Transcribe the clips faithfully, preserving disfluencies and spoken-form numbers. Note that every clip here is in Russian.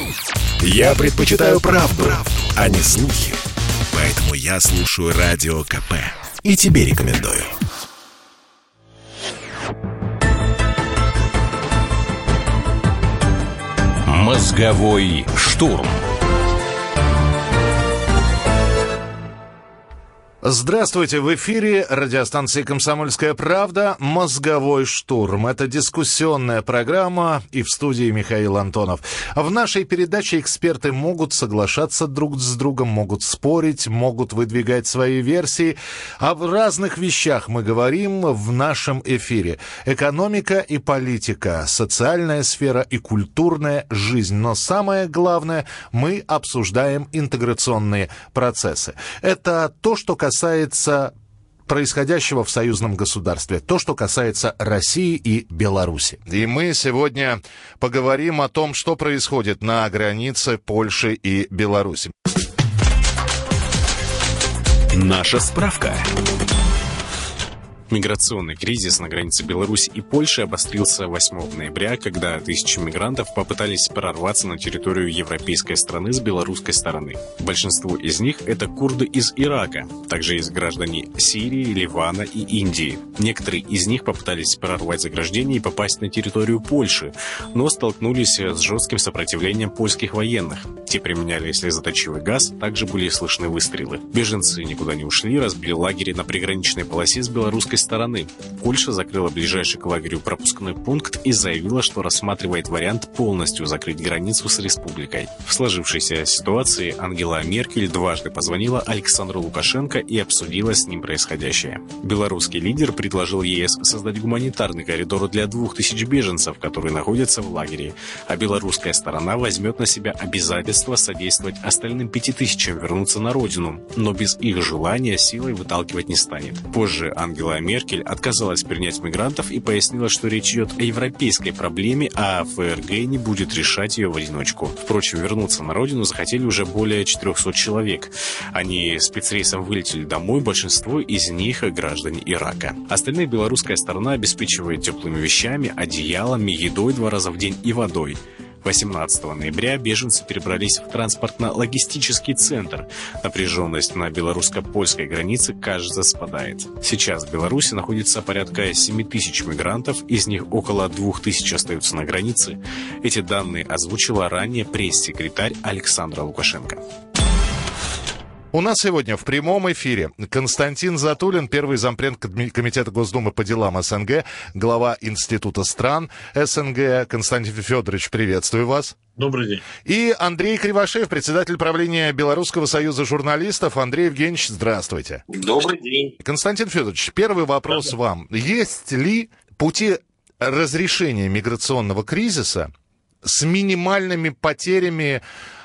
Я предпочитаю правду, правду, а не слухи. Поэтому я слушаю Радио КП. И тебе рекомендую. Мозговой штурм. Здравствуйте, в эфире радиостанции «Комсомольская правда» «Мозговой штурм». Это дискуссионная программа, и в студии Михаил Антонов. В нашей передаче эксперты могут соглашаться друг с другом, могут спорить, могут выдвигать свои версии. О разных вещах мы говорим в нашем эфире. Экономика и политика, социальная сфера и культурная жизнь. Но самое главное, мы обсуждаем интеграционные процессы. Это то, что касается касается происходящего в союзном государстве, то, что касается России и Беларуси. И мы сегодня поговорим о том, что происходит на границе Польши и Беларуси. Наша справка. Миграционный кризис на границе Беларуси и Польши обострился восьмого ноября, когда тысячи мигрантов попытались прорваться на территорию европейской страны с белорусской стороны. Большинство из них — это курды из Ирака, также есть граждане Сирии, Ливана и Индии. Некоторые из них попытались прорвать заграждение и попасть на территорию Польши, но столкнулись с жестким сопротивлением польских военных. Те применяли слезоточивый газ, также были слышны выстрелы. Беженцы никуда не ушли, разбили лагерь на приграничной полосе с белорусской стороны. Польша закрыла ближайший к лагерю пропускной пункт и заявила, что рассматривает вариант полностью закрыть границу с республикой. В сложившейся ситуации Ангела Меркель дважды позвонила Александру Лукашенко и обсудила с ним происходящее. Белорусский лидер предложил ЕС создать гуманитарный коридор для двух тысяч беженцев, которые находятся в лагере, а белорусская сторона возьмет на себя обязательство содействовать остальным пяти тысячам вернуться на родину, но без их желания силой выталкивать не станет. Позже Ангела Меркель отказалась принять мигрантов и пояснила, что речь идет о европейской проблеме, а ФРГ не будет решать ее в одиночку. Впрочем, вернуться на родину захотели уже более четырехсот человек. Они спецрейсом вылетели домой, большинство из них граждане Ирака. Остальная белорусская сторона обеспечивает теплыми вещами, одеялами, едой два раза в день и водой. восемнадцатого ноября беженцы перебрались в транспортно-логистический центр. Напряженность на белорусско-польской границе, кажется, спадает. Сейчас в Беларуси находится порядка семи тысяч мигрантов, из них около двух тысяч остаются на границе. Эти данные озвучила ранее пресс-секретарь Александра Лукашенко. У нас сегодня в прямом эфире Константин Затулин, первый зампред Комитета Госдумы по делам СНГ, глава Института стран СНГ. Константин Федорович, приветствую вас. Добрый день. И Андрей Кривошеев, председатель правления Белорусского союза журналистов. Андрей Евгеньевич, здравствуйте. Добрый день. Константин Федорович, первый вопрос да. вам. Есть ли пути разрешения миграционного кризиса с минимальными потерями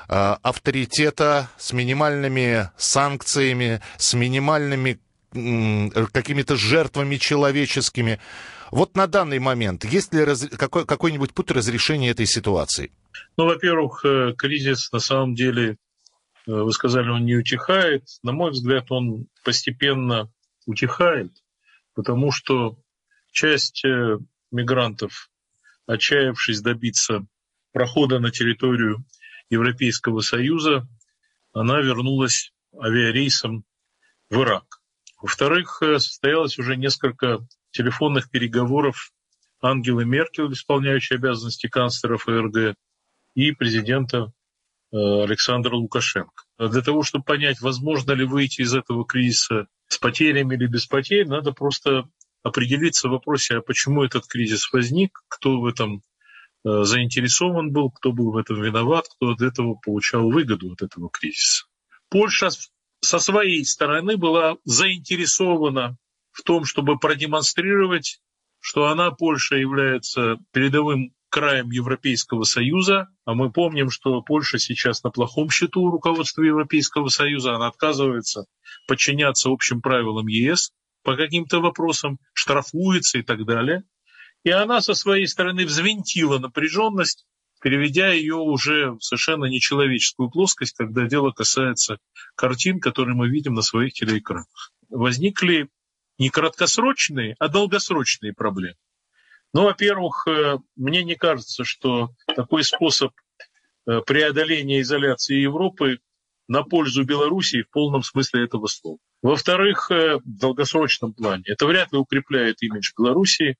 авторитета, с минимальными санкциями, с минимальными м, какими-то жертвами человеческими? Вот на данный момент есть ли раз, какой, какой-нибудь путь разрешения этой ситуации? Ну, во-первых, кризис на самом деле, вы сказали, он не утихает. На мой взгляд, он постепенно утихает, потому что часть мигрантов, отчаявшись добиться прохода на территорию Европейского Союза, она вернулась авиарейсом в Ирак. Во-вторых, состоялось уже несколько телефонных переговоров Ангелы Меркель, исполняющей обязанности канцлера ФРГ, и президента Александра Лукашенко. Для того, чтобы понять, возможно ли выйти из этого кризиса с потерями или без потерь, надо просто определиться в вопросе, а почему этот кризис возник, кто в этом заинтересован был, кто был в этом виноват, кто от этого получал выгоду от этого кризиса. Польша со своей стороны была заинтересована в том, чтобы продемонстрировать, что она, Польша, является передовым краем Европейского Союза, а мы помним, что Польша сейчас на плохом счету у руководства Европейского Союза, она отказывается подчиняться общим правилам ЕС по каким-то вопросам, штрафуется и так далее. И она со своей стороны взвинтила напряженность, переведя ее уже в совершенно нечеловеческую плоскость, когда дело касается картин, которые мы видим на своих телеэкранах. Возникли не краткосрочные, а долгосрочные проблемы. Ну, во-первых, мне не кажется, что такой способ преодоления изоляции Европы на пользу Белоруссии в полном смысле этого слова. Во-вторых, в долгосрочном плане это вряд ли укрепляет имидж Белоруссии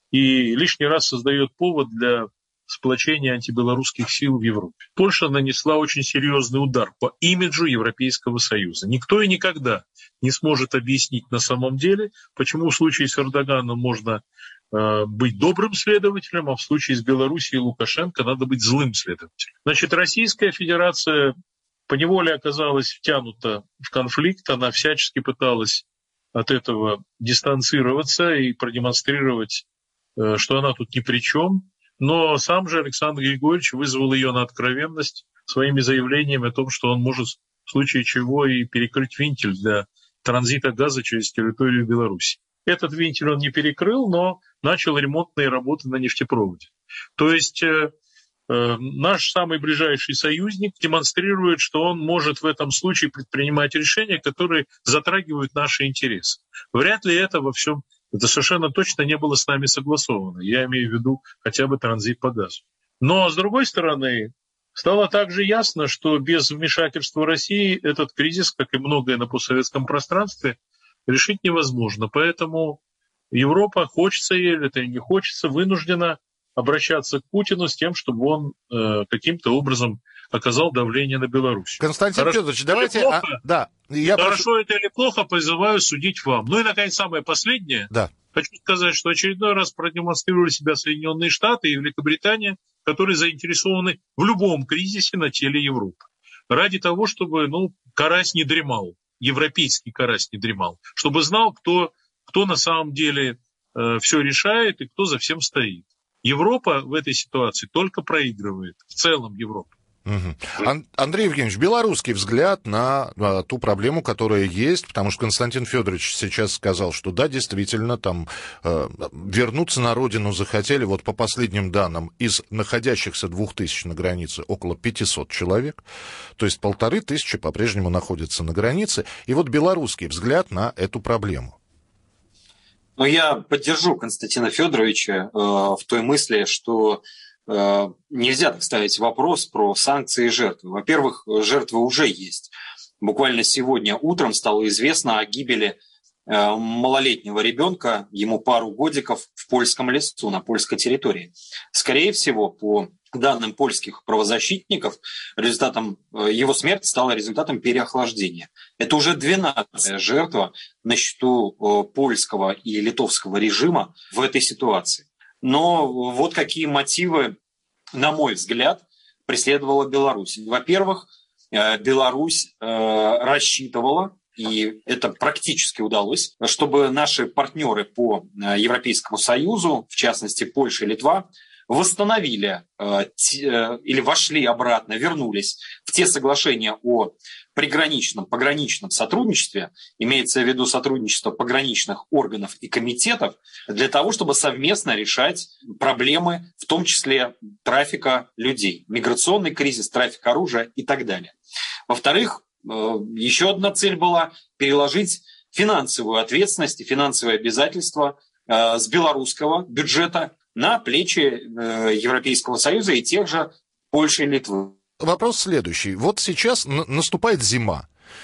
и лишний раз создает повод для сплочения антибелорусских сил в Европе. Польша нанесла очень серьезный удар по имиджу Европейского Союза. Никто и никогда не сможет объяснить на самом деле, почему в случае с Эрдоганом можно э, быть добрым следователем, а в случае с Белоруссией и Лукашенко надо быть злым следователем. Значит, Российская Федерация поневоле оказалась втянута в конфликт, она всячески пыталась от этого дистанцироваться и продемонстрировать, э, что она тут ни при чем. Но сам же Александр Григорьевич вызвал ее на откровенность своими заявлениями о том, что он может в случае чего и перекрыть вентиль для транзита газа через территорию Беларуси. Этот вентиль он не перекрыл, но начал ремонтные работы на нефтепроводе. То есть э, э, наш самый ближайший союзник демонстрирует, что он может в этом случае предпринимать решения, которые затрагивают наши интересы. Вряд ли это во всем... Это совершенно точно не было с нами согласовано. Я имею в виду хотя бы транзит по газу. Но, с другой стороны, стало также ясно, что без вмешательства России этот кризис, как и многое на постсоветском пространстве, решить невозможно. Поэтому Европа, хочется ей это или не хочется, вынуждена обращаться к Путину с тем, чтобы он э, каким-то образом оказал давление на Беларусь. Константин Хорошо, Федорович, давайте... плохо, а, да, я хорошо прошу... это или плохо, призываю судить вам. Ну и, наконец, самое последнее. Да. Хочу сказать, что очередной раз продемонстрировали себя Соединенные Штаты и Великобритания, которые заинтересованы в любом кризисе на теле Европы. Ради того, чтобы ну, карась не дремал, европейский карась не дремал, чтобы знал, кто, кто на самом деле э, все решает и кто за всем стоит. Европа в этой ситуации только проигрывает, в целом Европа. Угу. Ан- Андрей Евгеньевич, белорусский взгляд на а, ту проблему, которая есть, потому что Константин Федорович сейчас сказал, что да, действительно, там э, вернуться на родину захотели, вот по последним данным, из находящихся двух тысяч на границе около пятьсот человек, то есть полторы тысячи по-прежнему находятся на границе, и вот белорусский взгляд на эту проблему. Ну, я поддержу Константина Федоровича э, в той мысли, что э, нельзя так ставить вопрос про санкции и жертвы. Во-первых, жертвы уже есть. Буквально сегодня утром стало известно о гибели э, малолетнего ребенка, ему пару годиков, в польском лесу, на польской территории. Скорее всего, по данным польских правозащитников, результатом его смерти стала результатом переохлаждения. Это уже двенадцатая жертва на счету польского и литовского режима в этой ситуации. Но вот какие мотивы, на мой взгляд, преследовала Беларусь. Во-первых, Беларусь рассчитывала, и это практически удалось, чтобы наши партнеры по Европейскому Союзу, в частности Польша и Литва, восстановили э, те, э, или вошли обратно, вернулись в те соглашения о приграничном, пограничном сотрудничестве, имеется в виду сотрудничество пограничных органов и комитетов, для того, чтобы совместно решать проблемы, в том числе трафика людей, миграционный кризис, трафик оружия и так далее. Во-вторых, э, еще одна цель была переложить финансовую ответственность и финансовые обязательства э, с белорусского бюджета на плечи э, Европейского Союза и тех же Польши и Литвы. Вопрос следующий. Вот сейчас н- наступает зима.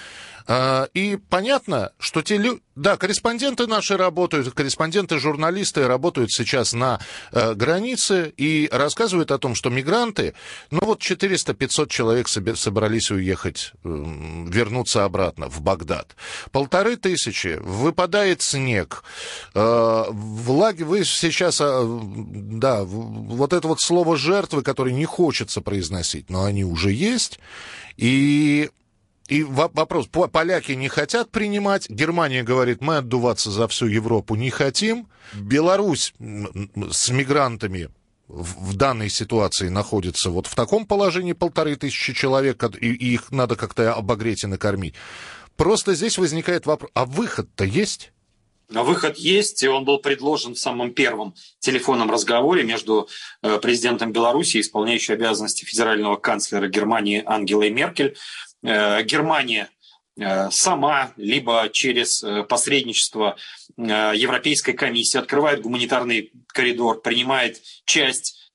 Uh, и понятно, что те люди... Да, корреспонденты наши работают, корреспонденты-журналисты работают сейчас на uh, границе и рассказывают о том, что мигранты, ну вот четыреста-пятьсот человек себе собрались уехать, uh, вернуться обратно в Багдад. Полторы тысячи, выпадает снег. Uh, в лаге вы сейчас, uh, да, вот это вот слово «жертвы», которое не хочется произносить, но они уже есть, и... И вопрос, поляки не хотят принимать, Германия говорит, мы отдуваться за всю Европу не хотим, Беларусь с мигрантами в данной ситуации находится вот в таком положении, полторы тысячи человек, и их надо как-то обогреть и накормить. Просто здесь возникает вопрос, а выход-то есть? Выход есть, и он был предложен в самом первом телефонном разговоре между президентом Беларуси и исполняющей обязанности федерального канцлера Германии Ангелой Меркель. Германия сама, либо через посредничество Европейской комиссии открывает гуманитарный коридор, принимает часть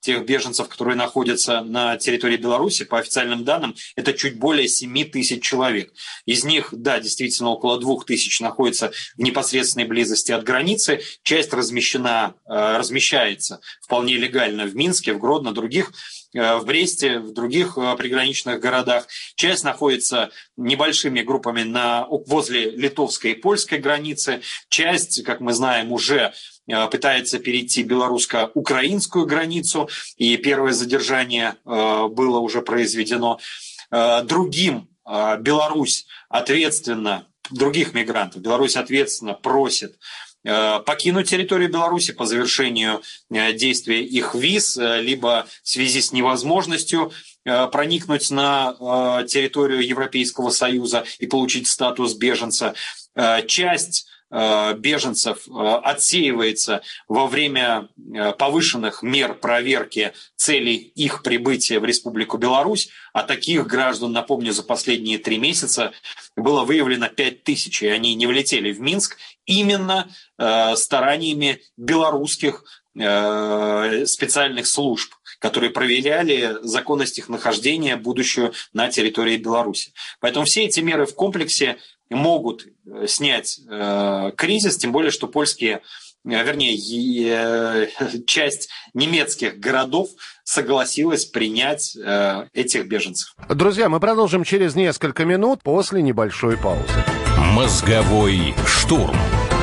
тех беженцев, которые находятся на территории Беларуси, по официальным данным, это чуть более семь тысяч человек. Из них, да, действительно, около двух тысяч находится в непосредственной близости от границы. Часть размещена, размещается вполне легально в Минске, в Гродно, других, в Бресте, в других приграничных городах. Часть находится небольшими группами на, возле литовской и польской границы. Часть, как мы знаем, уже пытается перейти белорусско-украинскую границу, и первое задержание было уже произведено. Другим Беларусь ответственно, других мигрантов, Беларусь ответственно просит покинуть территорию Беларуси по завершению действия их виз, либо в связи с невозможностью проникнуть на территорию Европейского Союза и получить статус беженца. Часть беженцев отсеивается во время повышенных мер проверки целей их прибытия в Республику Беларусь, а таких граждан, напомню, за последние три месяца было выявлено пять тысяч, и они не влетели в Минск именно стараниями белорусских специальных служб, которые проверяли законность их нахождения, будущую на территории Беларуси. Поэтому все эти меры в комплексе могут снять э, кризис, тем более, что польские, вернее, э, часть немецких городов согласилась принять э, этих беженцев. Друзья, мы продолжим через несколько минут после небольшой паузы. Мозговой штурм.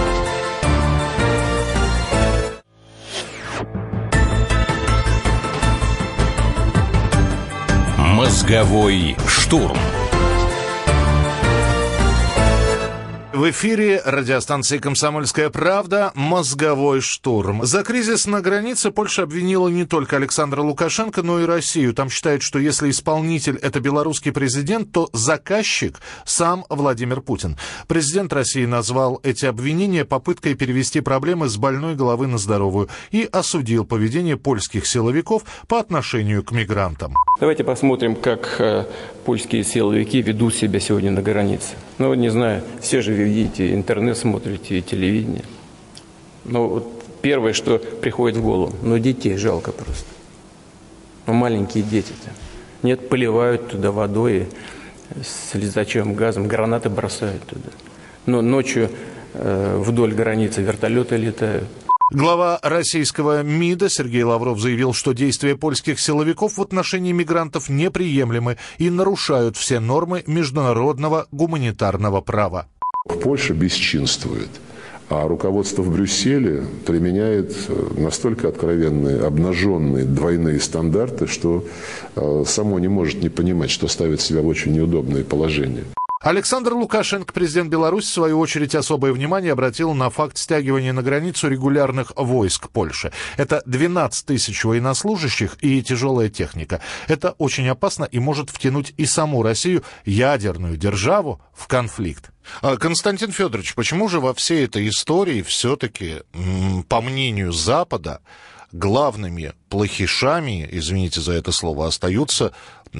Мозговой штурм. В эфире радиостанции «Комсомольская правда» «Мозговой штурм». За кризис на границе Польша обвинила не только Александра Лукашенко, но и Россию. Там считают, что если исполнитель – это белорусский президент, то заказчик – сам Владимир Путин. Президент России назвал эти обвинения попыткой перевести проблемы с больной головы на здоровую и осудил поведение польских силовиков по отношению к мигрантам. Давайте посмотрим, как э, польские силовики ведут себя сегодня на границе. Ну, не знаю, все же видите, интернет смотрите, телевидение. Ну, вот первое, что приходит в голову, ну, детей жалко просто. Ну, маленькие дети-то. Нет, поливают туда водой, слезоточивым газом, гранаты бросают туда. Но ночью э, вдоль границы вертолеты летают. Глава российского МИДа Сергей Лавров заявил, что действия польских силовиков в отношении мигрантов неприемлемы и нарушают все нормы международного гуманитарного права. Польша бесчинствует, а руководство в Брюсселе применяет настолько откровенные, обнаженные двойные стандарты, что само не может не понимать, что ставит себя в очень неудобное положение. Александр Лукашенко, президент Беларуси, в свою очередь особое внимание обратил на факт стягивания на границу регулярных войск Польши. Это двенадцать тысяч военнослужащих и тяжелая техника. Это очень опасно и может втянуть и саму Россию, ядерную державу, в конфликт. Константин Федорович, почему же во всей этой истории все-таки, по мнению Запада, главными плохишами, извините за это слово, остаются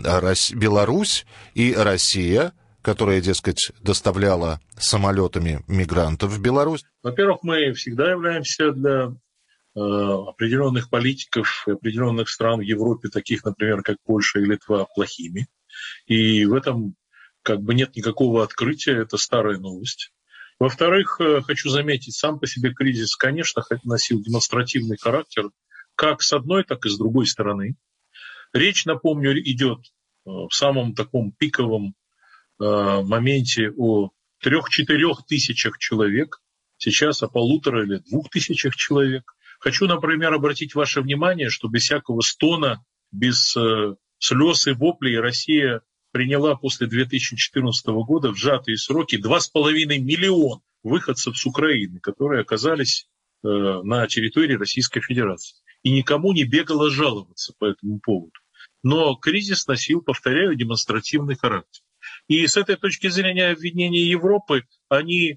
Беларусь и Россия, которая, дескать, доставляла самолетами мигрантов в Беларусь? Во-первых, мы всегда являемся для э, определенных политиков и определенных стран в Европе, таких, например, как Польша и Литва, плохими. И в этом как бы нет никакого открытия, это старая новость. Во-вторых, э, хочу заметить, сам по себе кризис, конечно, носил демонстративный характер, как с одной, так и с другой стороны. Речь, напомню, идет э, в самом таком пиковом моменте о трех-четырех тысячах человек, сейчас о полутора или двух тысячах человек. Хочу, например, обратить ваше внимание, что без всякого стона, без э, слез и воплей Россия приняла после две тысячи четырнадцатого года в сжатые сроки два с половиной миллиона выходцев с Украины, которые оказались э, на территории Российской Федерации. И никому не бегало жаловаться по этому поводу. Но кризис носил, повторяю, демонстративный характер. И с этой точки зрения обвинения Европы, они э,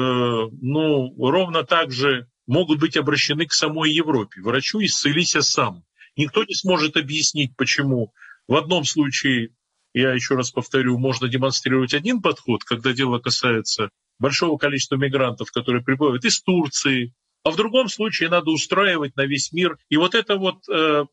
ну, ровно так же могут быть обращены к самой Европе. Врачу исцелися сам. Никто не сможет объяснить, почему в одном случае, я еще раз повторю, можно демонстрировать один подход, когда дело касается большого количества мигрантов, которые прибывают из Турции, а в другом случае надо устраивать на весь мир. И вот это вот э,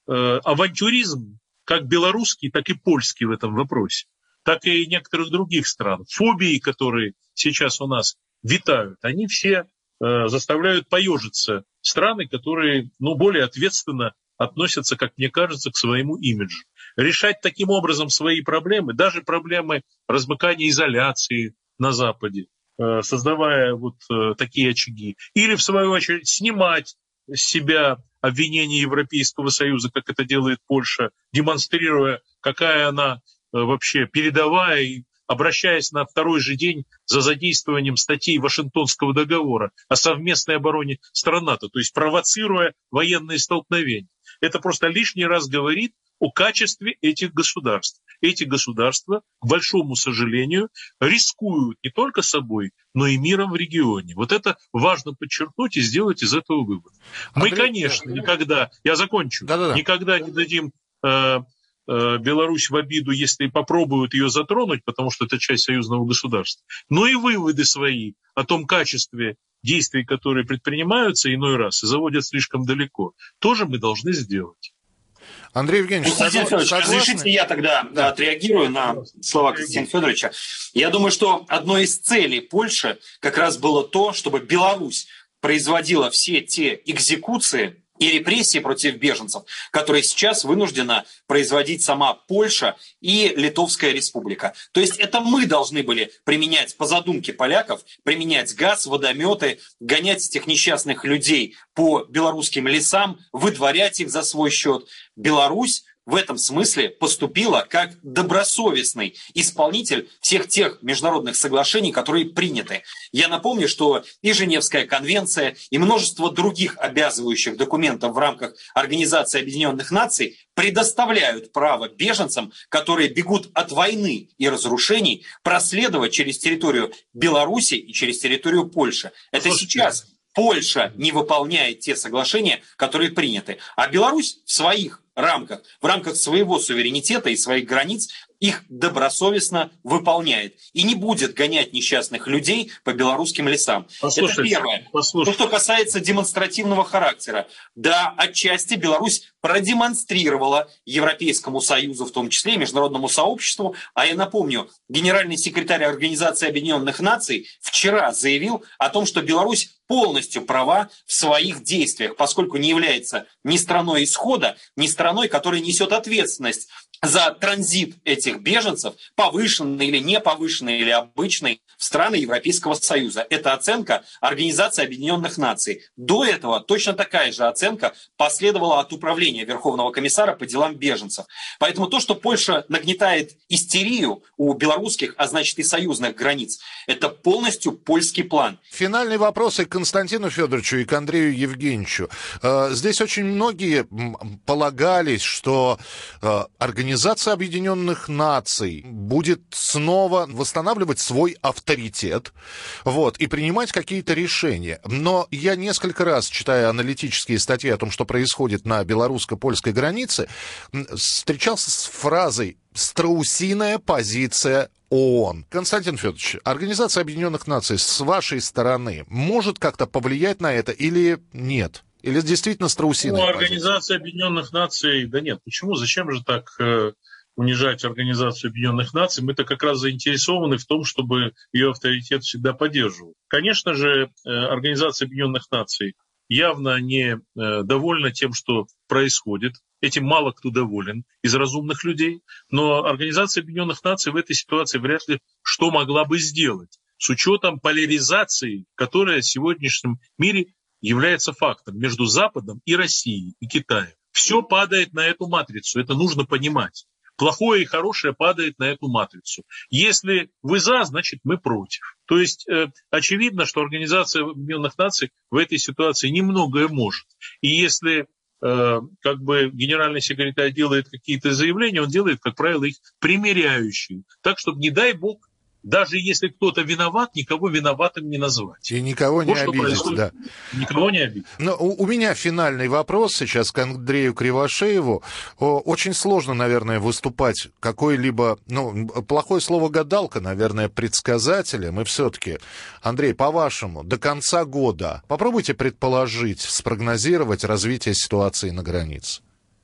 авантюризм, как белорусский, так и польский в этом вопросе, так и некоторых других стран. Фобии, которые сейчас у нас витают, они все э, заставляют поежиться страны, которые, ну, более ответственно относятся, как мне кажется, к своему имиджу. Решать таким образом свои проблемы, даже проблемы размыкания изоляции на Западе, э, создавая вот э, такие очаги, или, в свою очередь, снимать с себя обвинения Европейского Союза, как это делает Польша, демонстрируя, какая она вообще передовая, и обращаясь на второй же день за задействованием статей Вашингтонского договора о совместной обороне стран НАТО, то есть провоцируя военные столкновения. Это просто лишний раз говорит о качестве этих государств. Эти государства, к большому сожалению, рискуют не только собой, но и миром в регионе. Вот это важно подчеркнуть и сделать из этого вывод. Мы, конечно, никогда, я закончу, Да-да-да. никогда не дадим э, э, Беларусь в обиду, если попробуют ее затронуть, потому что это часть союзного государства. Но и выводы свои о том качестве действий, которые предпринимаются иной раз и заводят слишком далеко, тоже мы должны сделать. Андрей Евгеньевич, Константин Федорович, разрешите я тогда да. отреагирую на слова Константина Федоровича. Я думаю, что одной из целей Польши как раз было то, чтобы Беларусь производила все те экзекуции и репрессии против беженцев, которые сейчас вынуждена производить сама Польша и Литовская Республика. То есть это мы должны были применять, по задумке поляков, применять газ, водометы, гонять этих несчастных людей по белорусским лесам, выдворять их за свой счет. Беларусь в этом смысле поступила как добросовестный исполнитель всех тех международных соглашений, которые приняты. Я напомню, что и Женевская конвенция, и множество других обязывающих документов в рамках Организации Объединенных Наций предоставляют право беженцам, которые бегут от войны и разрушений, проследовать через территорию Беларуси и через территорию Польши. Это Слушайте. сейчас Польша не выполняет те соглашения, которые приняты, а Беларусь в своих рамках, в рамках своего суверенитета и своих границ их добросовестно выполняет. И не будет гонять несчастных людей по белорусским лесам. Это первое. То, что касается демонстративного характера. Да, отчасти Беларусь продемонстрировала Европейскому Союзу, в том числе и международному сообществу. А я напомню, генеральный секретарь Организации Объединенных Наций вчера заявил о том, что Беларусь полностью права в своих действиях, поскольку не является ни страной исхода, ни страной, которая несет ответственность за транзит этих беженцев, повышенный или не повышенный, или обычный, в страны Европейского Союза. Это оценка Организации Объединенных Наций. До этого точно такая же оценка последовала от управления Верховного комиссара по делам беженцев. Поэтому то, что Польша нагнетает истерию у белорусских, а значит и союзных границ, это полностью польский план. Финальный вопрос и к Константину Федоровичу, и к Андрею Евгеньевичу. Здесь очень многие полагались, что Организация Организация Объединенных Наций будет снова восстанавливать свой авторитет, вот, и принимать какие-то решения. Но я несколько раз, читая аналитические статьи о том, что происходит на белорусско-польской границе, встречался с фразой «страусиная позиция ООН». Константин Федорович, Организация Объединенных Наций с вашей стороны может как-то повлиять на это или нет? Или действительно страусиная ну, Организация Объединенных Наций, да нет, почему, зачем же так э, унижать Организацию Объединенных Наций? Мы-то как раз заинтересованы в том, чтобы ее авторитет всегда поддерживал. Конечно же, э, Организация Объединенных Наций явно не э, довольна тем, что происходит. Этим мало кто доволен из разумных людей. Но Организация Объединенных Наций в этой ситуации вряд ли что могла бы сделать, с учетом поляризации, которая в сегодняшнем мире является фактом между Западом и Россией, и Китаем. Все падает на эту матрицу, это нужно понимать. Плохое и хорошее падает на эту матрицу. Если вы за, значит мы против. То есть э, очевидно, что Организация Объединенных Наций в этой ситуации немногое может. И если э, как бы генеральный секретарь делает какие-то заявления, он делает, как правило, их примиряющие. Так, чтобы, не дай бог, даже если кто-то виноват, никого виноватым не назвать. И никого не вот обидеть, да. Никого не обидеть. Но у, у меня финальный вопрос сейчас к Андрею Кривошееву. О, очень сложно, наверное, выступать какой-либо, ну, плохое слово гадалка, наверное, предсказателем. И все-таки, Андрей, по-вашему, до конца года попробуйте предположить, спрогнозировать развитие ситуации на границе.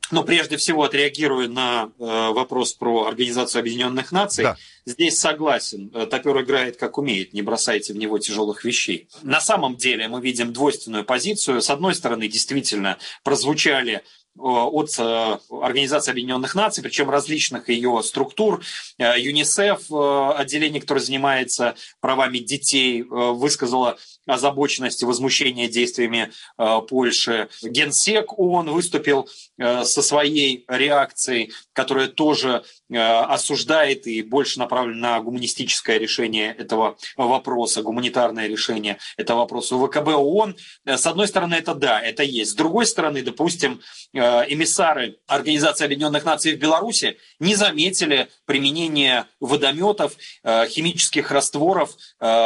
Но прежде всего отреагирую на э, вопрос про Организацию Объединенных Наций. Да. Здесь согласен. Топер играет как умеет, не бросайте в него тяжелых вещей. На самом деле мы видим двойственную позицию. С одной стороны, действительно прозвучали от Организации Объединенных Наций, причем различных ее структур. ЮНИСЕФ, отделение, которое занимается правами детей, высказало озабоченность и возмущение действиями Польши. Генсек ООН выступил со своей реакцией, которая тоже осуждает и больше направлена на гуманистическое решение этого вопроса, гуманитарное решение этого вопроса. ВКБ ООН, с одной стороны, это да, это есть. С другой стороны, допустим, эмиссары Организации Объединенных Наций в Беларуси не заметили применения водометов, химических растворов,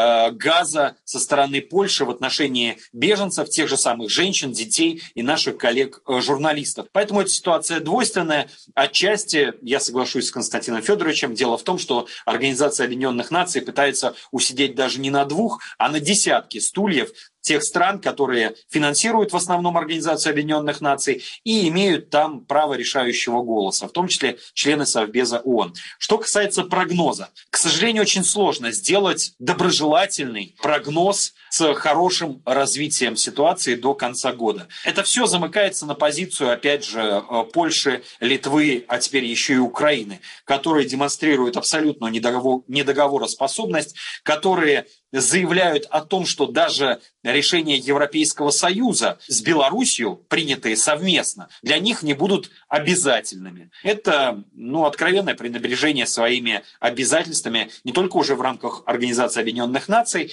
газа со стороны Польши в отношении беженцев, тех же самых женщин, детей и наших коллег-журналистов. Поэтому эта ситуация двойственная. Отчасти, я соглашусь с Константином Федоровичем, дело в том, что Организация Объединенных Наций пытается усидеть даже не на двух, а на десятке стульев тех стран, которые финансируют в основном Организацию Объединенных Наций и имеют там право решающего голоса, в том числе члены Совбеза ООН. Что касается прогноза, к сожалению, очень сложно сделать доброжелательный прогноз с хорошим развитием ситуации до конца года. Это все замыкается на позицию, опять же, Польши, Литвы, а теперь еще и Украины, которые демонстрируют абсолютную недоговор- недоговороспособность, которые заявляют о том, что даже решения Европейского Союза с Белоруссией, принятые совместно, для них не будут обязательными. Это, ну, откровенное пренебрежение своими обязательствами не только уже в рамках Организации Объединенных Наций,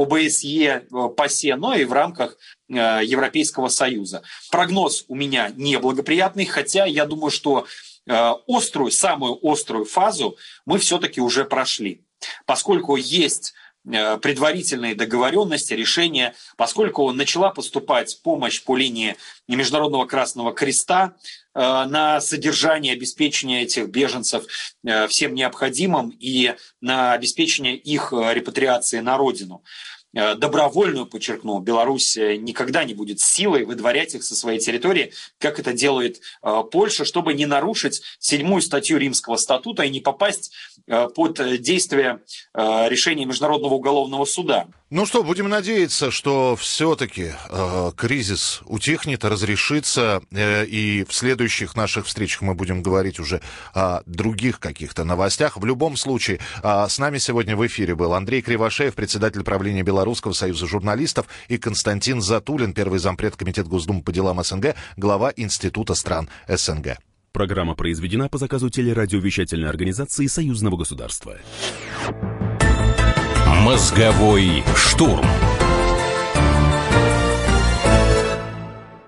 ОБСЕ, ПАСЕ, но и в рамках э, Европейского Союза. Прогноз у меня неблагоприятный, хотя я думаю, что э, острую, самую острую фазу мы все-таки уже прошли, поскольку есть предварительные договоренности, решения, поскольку начала поступать помощь по линии Международного Красного Креста э, на содержание, обеспечение этих беженцев э, всем необходимым и на обеспечение их репатриации на родину. Добровольную, подчеркну, Беларусь никогда не будет силой выдворять их со своей территории, как это делает Польша, чтобы не нарушить седьмую статью Римского статута и не попасть под действие решения Международного уголовного суда. Ну что, будем надеяться, что все-таки э, кризис утихнет, разрешится, э, и в следующих наших встречах мы будем говорить уже о других каких-то новостях. В любом случае, э, с нами сегодня в эфире был Андрей Кривошеев, председатель правления Белорусского союза журналистов, и Константин Затулин, первый зампред Комитета Госдумы по делам СНГ, глава Института стран СНГ. Программа произведена по заказу телерадиовещательной организации Союзного государства. Мозговой штурм.